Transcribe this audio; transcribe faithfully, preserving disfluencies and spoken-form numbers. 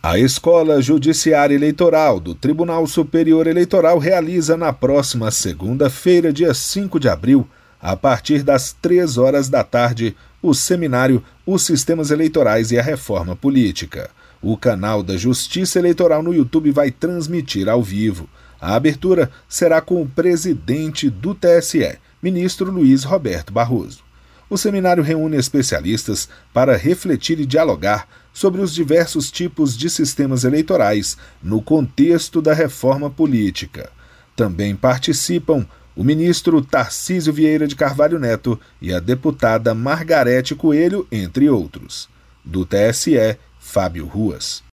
A Escola Judiciária Eleitoral do Tribunal Superior Eleitoral realiza na próxima segunda-feira, dia cinco de abril, a partir das três horas da tarde, o seminário Os Sistemas Eleitorais e a Reforma Política. O canal da Justiça Eleitoral no YouTube vai transmitir ao vivo. A abertura será com o presidente do T S E, ministro Luiz Roberto Barroso. O seminário reúne especialistas para refletir e dialogar sobre os diversos tipos de sistemas eleitorais no contexto da reforma política. Também participam o ministro Tarcísio Vieira de Carvalho Neto e a deputada Margarete Coelho, entre outros. Do T S E, Fábio Ruas.